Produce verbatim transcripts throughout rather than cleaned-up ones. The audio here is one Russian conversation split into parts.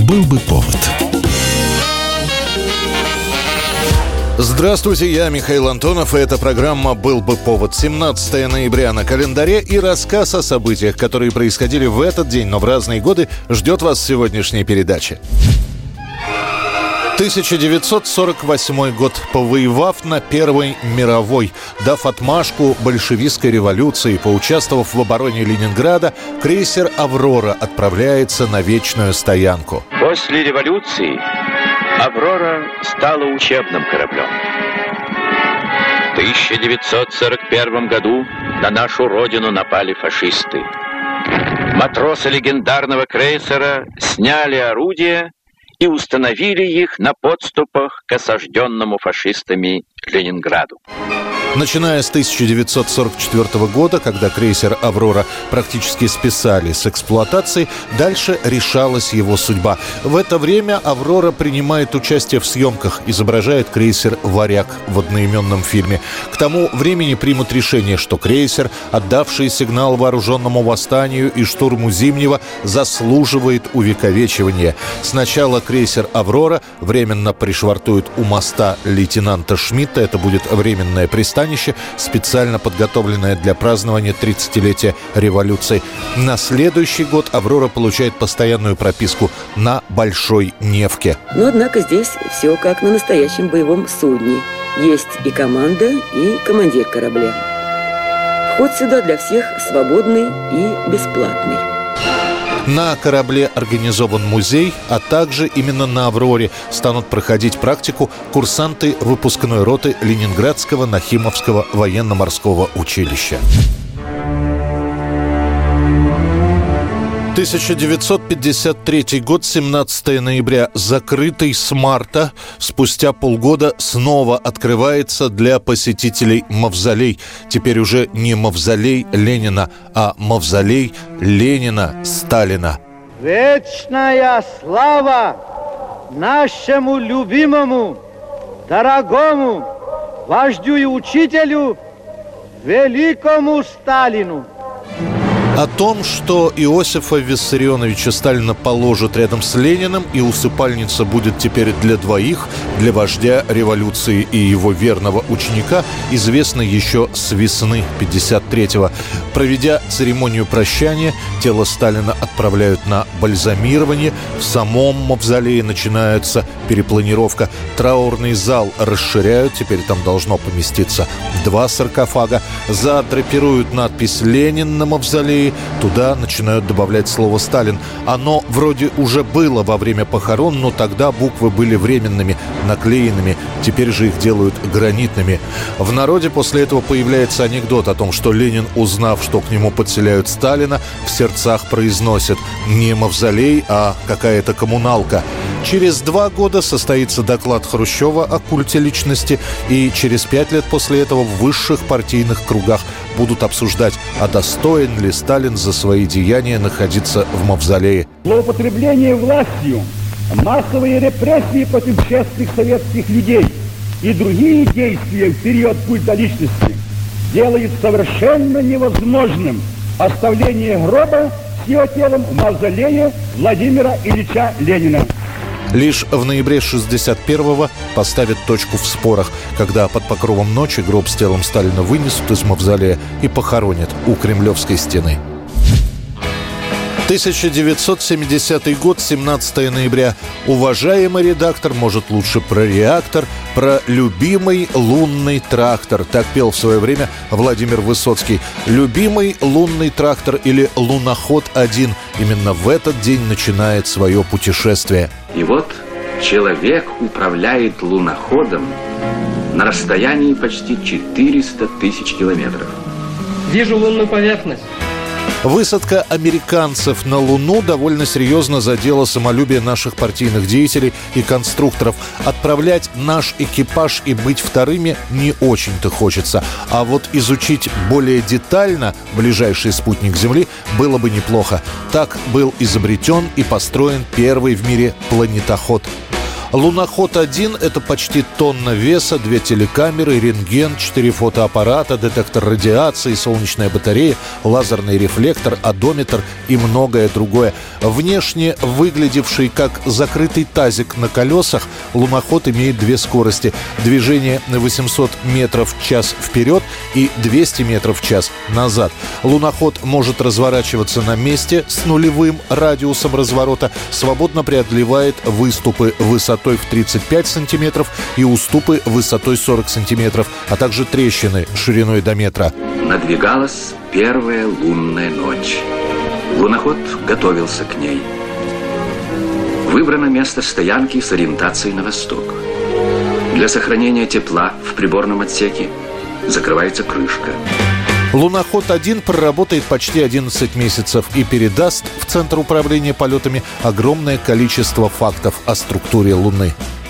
Был бы повод. Здравствуйте, я Михаил Антонов, и эта программа «Был бы повод». семнадцатое ноября на календаре, и рассказ о событиях, которые происходили в этот день, но в разные годы, ждет вас в сегодняшней передаче. тысяча девятьсот сорок восьмой год. Повоевав на Первой мировой, дав отмашку большевистской революции, поучаствовав в обороне Ленинграда, крейсер «Аврора» отправляется на вечную стоянку. После революции «Аврора» стала учебным кораблем. В тысяча девятьсот сорок первом году на нашу родину напали фашисты. Матросы легендарного крейсера сняли орудия и установили их на подступах к осажденному фашистами Ленинграду. Начиная с тысяча девятьсот сорок четвёртого года, когда крейсер «Аврора» практически списали с эксплуатации, дальше решалась его судьба. В это время «Аврора» принимает участие в съемках, изображает крейсер «Варяг» в одноименном фильме. К тому времени примут решение, что крейсер, отдавший сигнал вооруженному восстанию и штурму Зимнего, заслуживает увековечивания. Сначала крейсер «Аврора» временно пришвартует у моста лейтенанта Шмидта. Это будет временное пристанище, специально подготовленное для празднования тридцатилетия революции. На следующий год «Аврора» получает постоянную прописку на Большой Невке. Но, однако, здесь все как на настоящем боевом судне. Есть и команда, и командир корабля. Вход сюда для всех свободный и бесплатный. На корабле организован музей, а также именно на «Авроре» станут проходить практику курсанты выпускной роты Ленинградского Нахимовского военно-морского училища. тысяча девятьсот пятьдесят третий год, семнадцатое ноября. Закрытый с марта, спустя полгода снова открывается для посетителей мавзолей. Теперь уже не мавзолей Ленина, а мавзолей Ленина Сталина. Вечная слава нашему любимому, дорогому вождю и учителю, великому Сталину. О том, что Иосифа Виссарионовича Сталина положат рядом с Лениным, и усыпальница будет теперь для двоих, для вождя революции и его верного ученика, известно еще с весны пятьдесят третьего. Проведя церемонию прощания, тело Сталина отправляют на бальзамирование. В самом мавзолее начинается перепланировка. Траурный зал расширяют, теперь там должно поместиться два саркофага. Задрапируют надпись «Ленин» на мавзолее. Туда начинают добавлять слово «Сталин». Оно вроде уже было во время похорон, но тогда буквы были временными, наклеенными. Теперь же их делают гранитными. В народе после этого появляется анекдот о том, что Ленин, узнав, что к нему подселяют Сталина, в сердцах произносит: не мавзолей, а какая-то коммуналка. Через два года состоится доклад Хрущева о культе личности, и через пять лет после этого в высших партийных кругах будут обсуждать, а достоин ли Сталин за свои деяния находиться в мавзолее. Злоупотребление властью, массовые репрессии против честных советских людей и другие действия в период культа личности делают совершенно невозможным оставление гроба с его телом в мавзолее Владимира Ильича Ленина. Лишь в ноябре шестьдесят первого поставят точку в спорах, когда под покровом ночи гроб с телом Сталина вынесут из мавзолея и похоронят у Кремлевской стены. тысяча девятьсот семидесятый год, семнадцатое ноября. Уважаемый редактор, может, лучше про реактор, про любимый лунный трактор. Так пел в свое время Владимир Высоцкий. Любимый лунный трактор или луноход-один именно в этот день начинает свое путешествие. И вот человек управляет луноходом на расстоянии почти четыреста тысяч километров. Вижу лунную поверхность. Высадка американцев на Луну довольно серьезно задела самолюбие наших партийных деятелей и конструкторов. Отправлять наш экипаж и быть вторыми не очень-то хочется. А вот изучить более детально ближайший спутник Земли было бы неплохо. Так был изобретен и построен первый в мире планетоход. Луноход-один – это почти тонна веса, две телекамеры, рентген, четыре фотоаппарата, детектор радиации, солнечная батарея, лазерный рефлектор, одометр и многое другое. Внешне выглядевший как закрытый тазик на колесах, луноход имеет две скорости. Движение на восемьсот метров в час вперед и двести метров в час назад. Луноход может разворачиваться на месте с нулевым радиусом разворота, свободно преодолевает выступы высотой в тридцать пять сантиметров и уступы высотой сорок сантиметров, а также трещины шириной до метра. Надвигалась первая лунная ночь. Луноход готовился к ней. Выбрано место стоянки с ориентацией на восток. Для сохранения тепла в приборном отсеке закрывается крышка. Луноход-один проработает почти одиннадцать месяцев и передаст в Центр управления полетами огромное количество фактов о структуре Луны.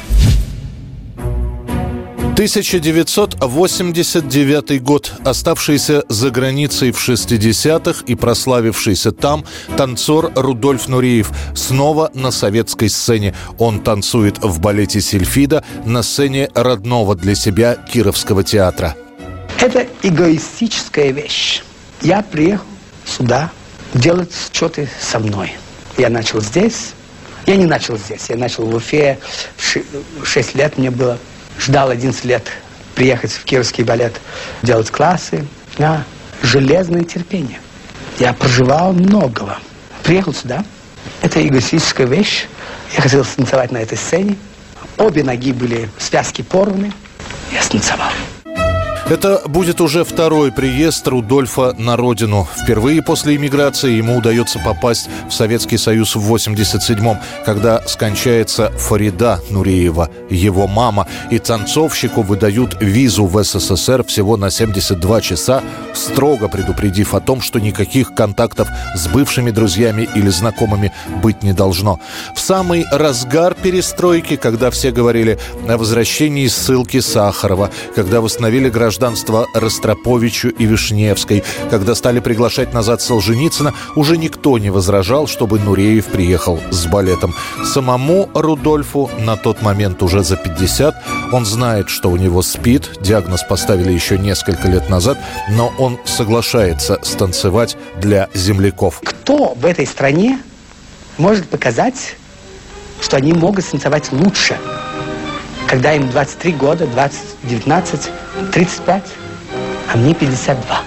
тысяча девятьсот восемьдесят девятый год. Оставшийся за границей в шестидесятых и прославившийся там танцор Рудольф Нуреев снова на советской сцене. Он танцует в балете «Сильфида» на сцене родного для себя Кировского театра. Это эгоистическая вещь. Я приехал сюда делать что-то со мной. Я начал здесь. Я не начал здесь. Я начал в Уфе. Шесть лет мне было. Ждал одиннадцать лет приехать в Кировский балет, делать классы. Да, железное терпение. Я проживал многого. Приехал сюда. Это эгоистическая вещь. Я хотел станцевать на этой сцене. Обе ноги были, связки порваны. Я станцевал. Это будет уже второй приезд Рудольфа на родину. Впервые после эмиграции ему удается попасть в Советский Союз в восемьдесят седьмом, когда скончается Фарида Нуреева, его мама, и танцовщику выдают визу в СССР всего на семьдесят два часа, строго предупредив о том, что никаких контактов с бывшими друзьями или знакомыми быть не должно. В самый разгар перестройки, когда все говорили о возвращении ссылки Сахарова, когда восстановили гражданство гражданство Ростроповичу и Вишневской, когда стали приглашать назад Солженицына, уже никто не возражал, чтобы Нуреев приехал с балетом. Самому Рудольфу на тот момент уже за пятьдесят. Он знает, что у него СПИД, диагноз поставили еще несколько лет назад, но он соглашается станцевать для земляков. Кто в этой стране может показать, что они могут станцевать лучше, когда им двадцать три года, двадцать, девятнадцать, тридцать пять, а мне пятьдесят два.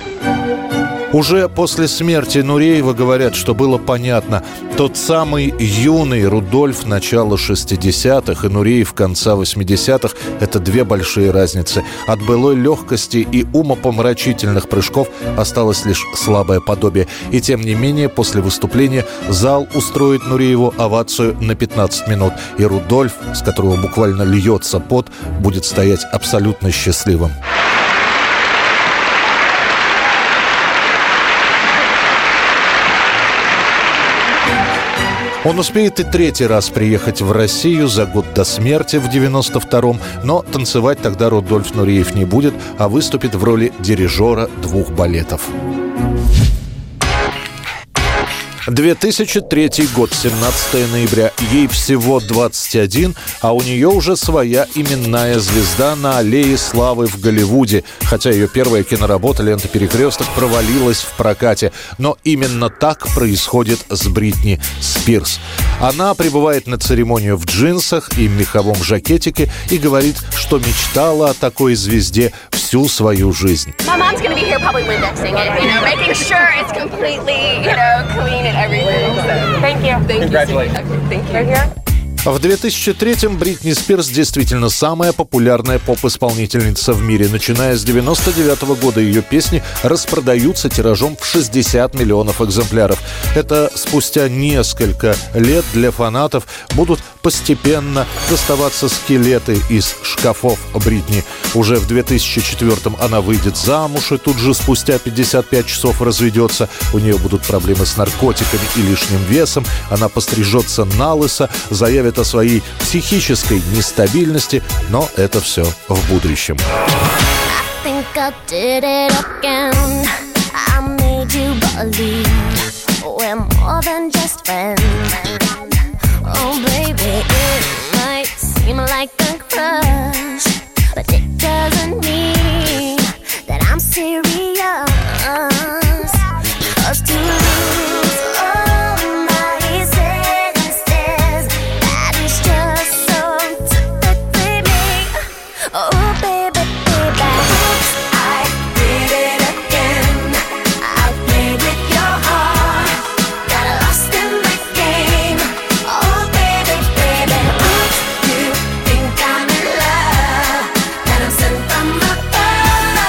Уже после смерти Нуреева говорят, что было понятно. Тот самый юный Рудольф начала шестидесятых и Нуреев конца восьмидесятых – это две большие разницы. От былой легкости и умопомрачительных прыжков осталось лишь слабое подобие. И тем не менее, после выступления зал устроит Нурееву овацию на пятнадцать минут. И Рудольф, с которого буквально льется пот, будет стоять абсолютно счастливым. Он успеет и третий раз приехать в Россию за год до смерти в девяносто втором, но танцевать тогда Рудольф Нуреев не будет, а выступит в роли дирижера двух балетов. две тысячи третий год, семнадцатого ноября. Ей всего двадцать один, а у нее уже своя именная звезда на аллее славы в Голливуде. Хотя ее первая киноработа «Лента перекресток» провалилась в прокате. Но именно так происходит с Бритни Спирс. Она прибывает на церемонию в джинсах и меховом жакетике и говорит, что мечтала о такой звезде всю свою жизнь. Thank you. Congratulations. Thank you. Right here. В две тысячи третьем Бритни Спирс действительно самая популярная поп-исполнительница в мире. Начиная с девяносто девятого года ее песни распродаются тиражом в шестьдесят миллионов экземпляров. Это спустя несколько лет для фанатов будут постепенно доставаться скелеты из шкафов Бритни. Уже в две тысячи четвёртом она выйдет замуж и тут же спустя пятьдесят пять часов разведется. У нее будут проблемы с наркотиками и лишним весом. Она пострижется налысо, заявит о своей психической нестабильности, но это все в будущем. like a crush, but it doesn't mean that I'm serious. 'Cause to lose all my senses, that is just so typically me. Oh baby, baby, oops, I did it again. I played with your heart, got lost in the game. Oh baby, baby, oops, you think I'm in love, that I'm sent from above.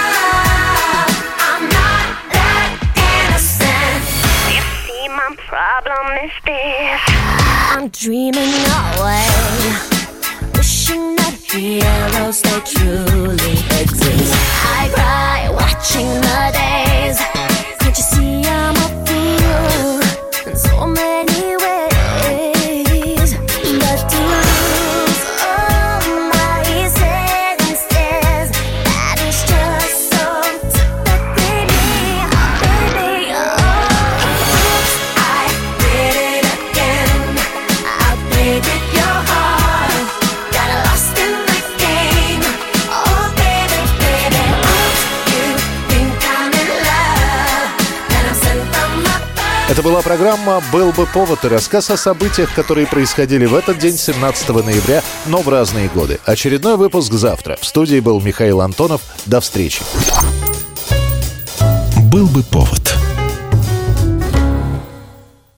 I'm not that innocent. You see, my problem is this: I'm dreaming away, wishing that heroes they truly exist. I cry watching the days. Can't you see I'm a fool in so many ways? But to lose all my senses, that is just so typically me, baby. Oh, oops, I did it again. I played with your heart, got lost in the game. Oh baby, baby, oops, you think I'm in love, that I'm sent from above. Это была программа «Был бы повод» и рассказ о событиях, которые происходили в этот день, семнадцатого ноября, но в разные годы. Очередной выпуск завтра. В студии был Михаил Антонов. До встречи. «Был бы повод»